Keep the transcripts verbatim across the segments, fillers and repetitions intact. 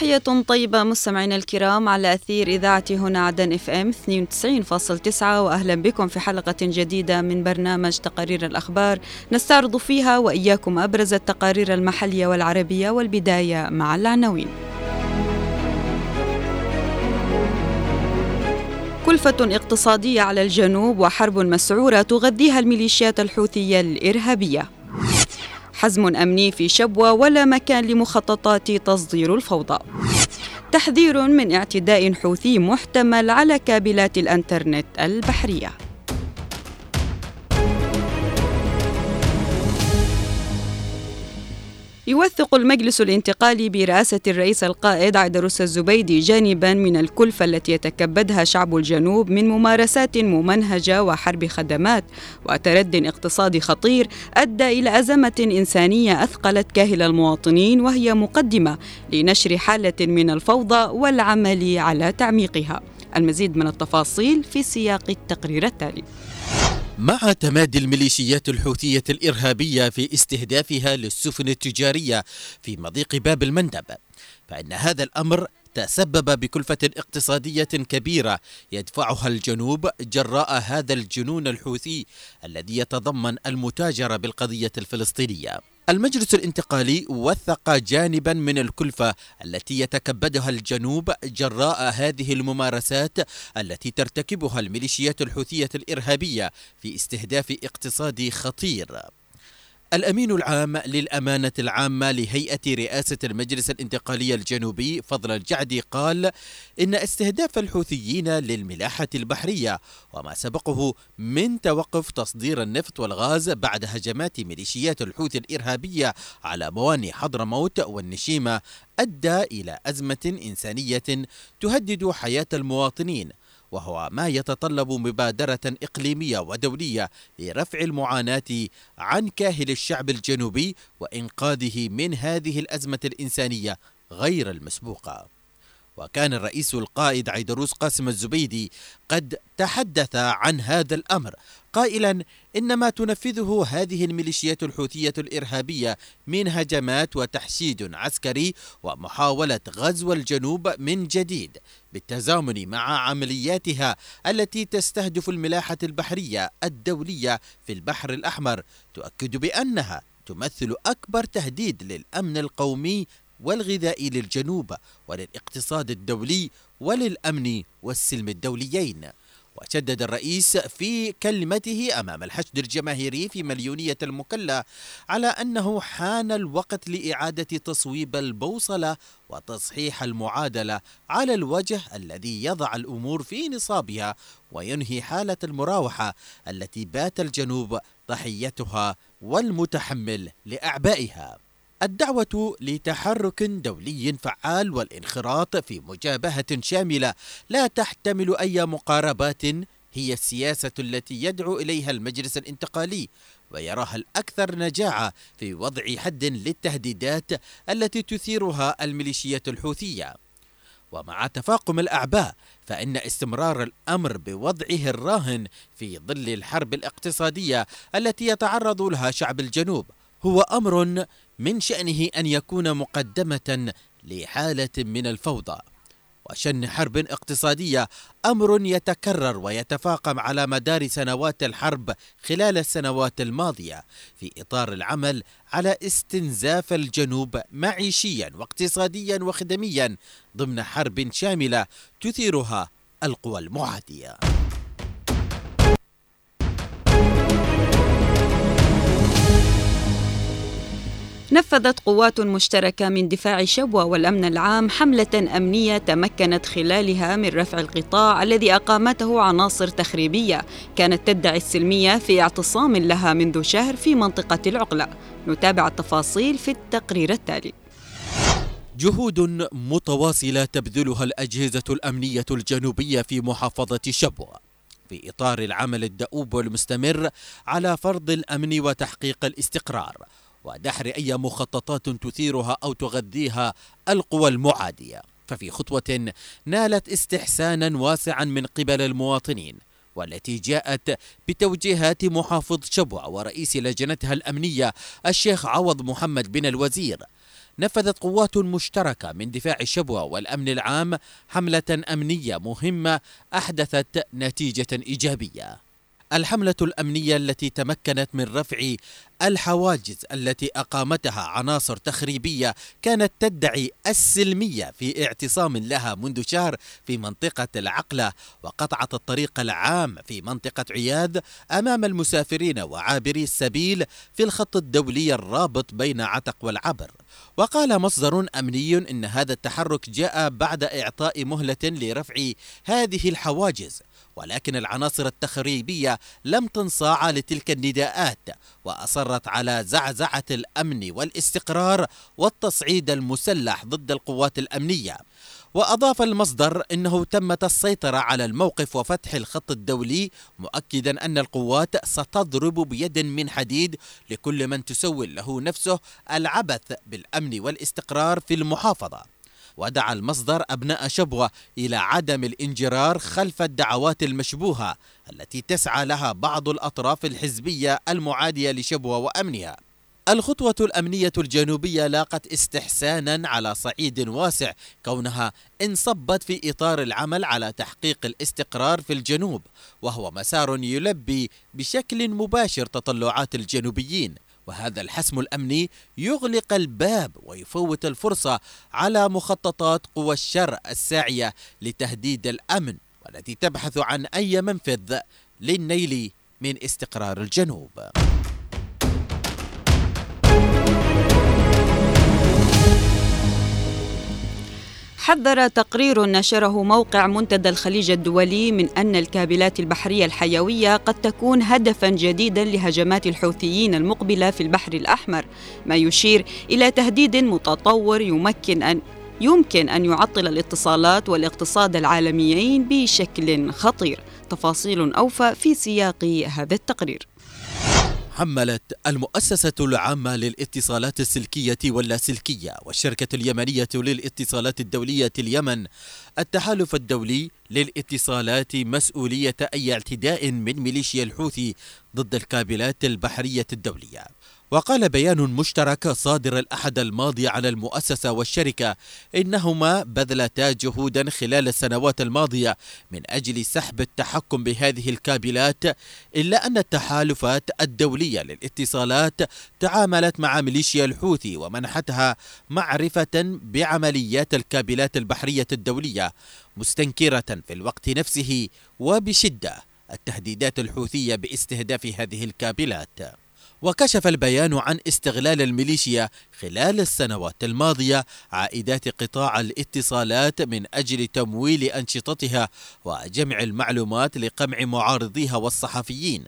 تحية طيبة مستمعينا الكرام على أثير إذاعة هنا عدن اف ام اثنين وتسعين فاصلة تسعة، وأهلا بكم في حلقة جديدة من برنامج تقارير الأخبار نستعرض فيها وإياكم أبرز التقارير المحلية والعربية، والبداية مع العناوين. كلفة اقتصادية على الجنوب وحرب مسعورة تغذيها الميليشيات الحوثية الإرهابية. حزم أمني في شبوة ولا مكان لمخططات تصدير الفوضى. تحذير من اعتداء حوثي محتمل على كابلات الإنترنت البحرية. يوثق المجلس الانتقالي برئاسة الرئيس القائد عيدروس الزبيدي جانباً من الكلفة التي يتكبدها شعب الجنوب من ممارسات ممنهجة وحرب خدمات وترد اقتصادي خطير أدى إلى أزمة إنسانية أثقلت كاهل المواطنين، وهي مقدمة لنشر حالة من الفوضى والعمل على تعميقها. المزيد من التفاصيل في سياق التقرير التالي. مع تمادي الميليشيات الحوثية الإرهابية في استهدافها للسفن التجارية في مضيق باب المندب، فإن هذا الأمر تسبب بكلفة اقتصادية كبيرة يدفعها الجنوب جراء هذا الجنون الحوثي الذي يتضمن المتاجرة بالقضية الفلسطينية. المجلس الانتقالي وثق جانبا من الكلفة التي يتكبدها الجنوب جراء هذه الممارسات التي ترتكبها الميليشيات الحوثية الإرهابية في استهداف اقتصادي خطير. الأمين العام للأمانة العامة لهيئة رئاسة المجلس الانتقالي الجنوبي فضل الجعدي قال إن استهداف الحوثيين للملاحة البحرية وما سبقه من توقف تصدير النفط والغاز بعد هجمات ميليشيات الحوثي الإرهابية على موانئ حضرموت والنشيمة أدى إلى أزمة إنسانية تهدد حياة المواطنين، وهو ما يتطلب مبادرة إقليمية ودولية لرفع المعاناة عن كاهل الشعب الجنوبي وإنقاذه من هذه الأزمة الإنسانية غير المسبوقة. وكان الرئيس القائد عيدروس قاسم الزبيدي قد تحدث عن هذا الأمر قائلا إن ما تنفذه هذه الميليشيات الحوثية الإرهابية من هجمات وتحشيد عسكري ومحاولة غزو الجنوب من جديد بالتزامن مع عملياتها التي تستهدف الملاحة البحرية الدولية في البحر الأحمر تؤكد بأنها تمثل أكبر تهديد للأمن القومي والغذائي للجنوب وللاقتصاد الدولي وللأمن والسلم الدوليين. وشدد الرئيس في كلمته أمام الحشد الجماهيري في مليونية المكلا على أنه حان الوقت لإعادة تصويب البوصلة وتصحيح المعادلة على الوجه الذي يضع الأمور في نصابها وينهي حالة المراوحة التي بات الجنوب ضحيتها والمتحمل لأعبائها. الدعوة لتحرك دولي فعال والانخراط في مجابهة شاملة لا تحتمل أي مقاربات هي السياسة التي يدعو إليها المجلس الانتقالي ويراها الأكثر نجاعة في وضع حد للتهديدات التي تثيرها الميليشيات الحوثية. ومع تفاقم الأعباء فإن استمرار الأمر بوضعه الراهن في ظل الحرب الاقتصادية التي يتعرض لها شعب الجنوب هو أمر من شأنه أن يكون مقدمة لحالة من الفوضى. وشن حرب اقتصادية أمر يتكرر ويتفاقم على مدار سنوات الحرب خلال السنوات الماضية في إطار العمل على استنزاف الجنوب معيشيا واقتصاديا وخدميا ضمن حرب شاملة تثيرها القوى المعادية. نفذت قوات مشتركة من دفاع شبوة والأمن العام حملة أمنية تمكنت خلالها من رفع القطاع الذي أقامته عناصر تخريبية كانت تدعي السلمية في اعتصام لها منذ شهر في منطقة العقلة. نتابع التفاصيل في التقرير التالي. جهود متواصلة تبذلها الأجهزة الأمنية الجنوبية في محافظة شبوة في إطار العمل الدؤوب والمستمر على فرض الأمن وتحقيق الاستقرار ودحر أي مخططات تثيرها أو تغذيها القوى المعادية. ففي خطوة نالت استحسانا واسعا من قبل المواطنين والتي جاءت بتوجيهات محافظ شبوة ورئيس لجنتها الأمنية الشيخ عوض محمد بن الوزير، نفذت قوات مشتركة من دفاع شبوة والأمن العام حملة أمنية مهمة أحدثت نتيجة إيجابية. الحملة الأمنية التي تمكنت من رفع الحواجز التي أقامتها عناصر تخريبية كانت تدعي السلمية في اعتصام لها منذ شهر في منطقة العقلة، وقطعت الطريق العام في منطقة عياذ أمام المسافرين وعابري السبيل في الخط الدولي الرابط بين عتق والعبر. وقال مصدر أمني إن هذا التحرك جاء بعد إعطاء مهلة لرفع هذه الحواجز، ولكن العناصر التخريبية لم تنصاع لتلك النداءات وأصرت على زعزعة الأمن والاستقرار والتصعيد المسلح ضد القوات الأمنية. وأضاف المصدر أنه تمت السيطرة على الموقف وفتح الخط الدولي، مؤكدا أن القوات ستضرب بيد من حديد لكل من تسول له نفسه العبث بالأمن والاستقرار في المحافظة. ودعا المصدر أبناء شبوة إلى عدم الانجرار خلف الدعوات المشبوهة التي تسعى لها بعض الأطراف الحزبية المعادية لشبوة وأمنها. الخطوة الأمنية الجنوبية لاقت استحسانا على صعيد واسع، كونها انصبت في إطار العمل على تحقيق الاستقرار في الجنوب، وهو مسار يلبي بشكل مباشر تطلعات الجنوبيين. وهذا الحسم الأمني يغلق الباب ويفوت الفرصة على مخططات قوى الشر الساعية لتهديد الأمن، والتي تبحث عن أي منفذ للنيل من استقرار الجنوب. حذر تقرير نشره موقع منتدى الخليج الدولي من أن الكابلات البحرية الحيوية قد تكون هدفاً جديداً لهجمات الحوثيين المقبلة في البحر الأحمر، ما يشير إلى تهديد متطور يمكن أن يمكن أن يعطل الاتصالات والاقتصاد العالميين بشكل خطير. تفاصيل أوفى في سياق هذا التقرير. حملت المؤسسة العامة للاتصالات السلكية واللاسلكية والشركة اليمنية للاتصالات الدولية اليمن التحالف الدولي للاتصالات مسؤولية أي اعتداء من ميليشيا الحوثي ضد الكابلات البحرية الدولية. وقال بيان مشترك صادر الأحد الماضي على المؤسسة والشركة إنهما بذلتا جهودا خلال السنوات الماضية من أجل سحب التحكم بهذه الكابلات، إلا أن التحالفات الدولية للاتصالات تعاملت مع ميليشيا الحوثي ومنحتها معرفة بعمليات الكابلات البحرية الدولية، مستنكرة في الوقت نفسه وبشدة التهديدات الحوثية باستهداف هذه الكابلات. وكشف البيان عن استغلال الميليشيا خلال السنوات الماضية عائدات قطاع الاتصالات من أجل تمويل أنشطتها وجمع المعلومات لقمع معارضيها والصحفيين.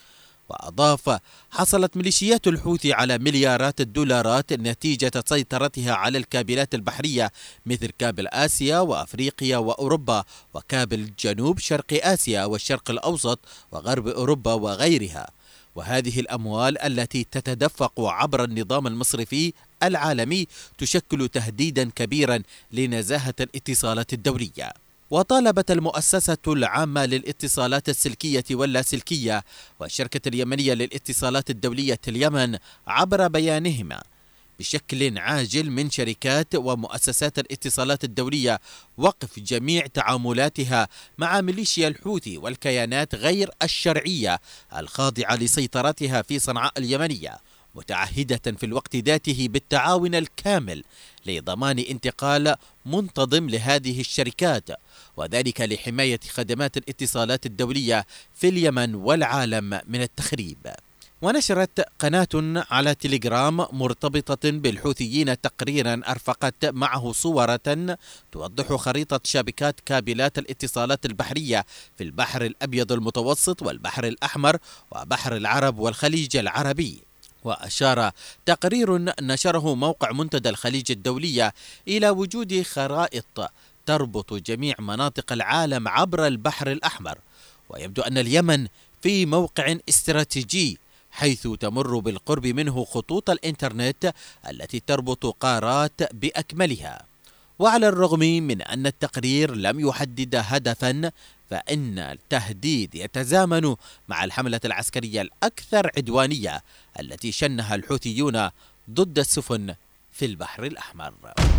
وأضاف: حصلت ميليشيات الحوثي على مليارات الدولارات نتيجة سيطرتها على الكابلات البحرية مثل كابل آسيا وأفريقيا وأوروبا، وكابل جنوب شرق آسيا والشرق الأوسط وغرب أوروبا وغيرها. وهذه الأموال التي تتدفق عبر النظام المصرفي العالمي تشكل تهديدا كبيرا لنزاهة الاتصالات الدولية. وطالبت المؤسسة العامة للاتصالات السلكية واللاسلكية والشركة اليمنية للاتصالات الدولية اليمن عبر بيانهما بشكل عاجل من شركات ومؤسسات الاتصالات الدولية وقف جميع تعاملاتها مع ميليشيا الحوثي والكيانات غير الشرعية الخاضعة لسيطرتها في صنعاء اليمنية، متعهدة في الوقت ذاته بالتعاون الكامل لضمان انتقال منتظم لهذه الشركات، وذلك لحماية خدمات الاتصالات الدولية في اليمن والعالم من التخريب. ونشرت قناة على تليجرام مرتبطة بالحوثيين تقريرا أرفقت معه صورة توضح خريطة شبكات كابلات الاتصالات البحرية في البحر الأبيض المتوسط والبحر الأحمر وبحر العرب والخليج العربي. وأشار تقرير نشره موقع منتدى الخليج الدولية إلى وجود خرائط تربط جميع مناطق العالم عبر البحر الأحمر، ويبدو أن اليمن في موقع استراتيجي حيث تمر بالقرب منه خطوط الإنترنت التي تربط قارات بأكملها. وعلى الرغم من أن التقرير لم يحدد هدفا، فإن التهديد يتزامن مع الحملة العسكرية الأكثر عدوانية التي شنها الحوثيون ضد السفن في البحر الأحمر.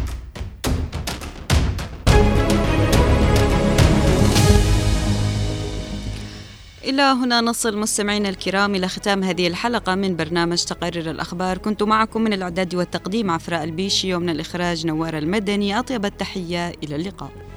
إلى هنا نصل مستمعينا الكرام إلى ختام هذه الحلقة من برنامج تقرر الأخبار. كنت معكم من الإعداد والتقديم عفراء البيشي، ومن الإخراج نوار المدني. أطيب التحية، إلى اللقاء.